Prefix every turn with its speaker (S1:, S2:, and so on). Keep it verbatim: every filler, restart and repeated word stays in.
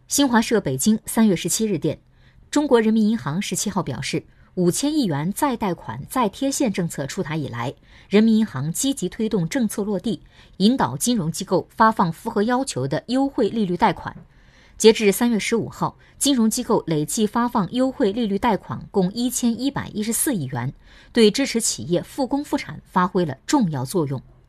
S1: 新华社北京三月十七日电，中国人民银行十七号表示，五千亿元再贷款再贴现政策出台以来，人民银行积极推动政策落地，引导金融机构发放符合要求的优惠利率贷款。截至三月十五号，金融机构累计发放优惠利率贷款共一千一百一十四亿元，对支持企业复工复产发挥了重要作用。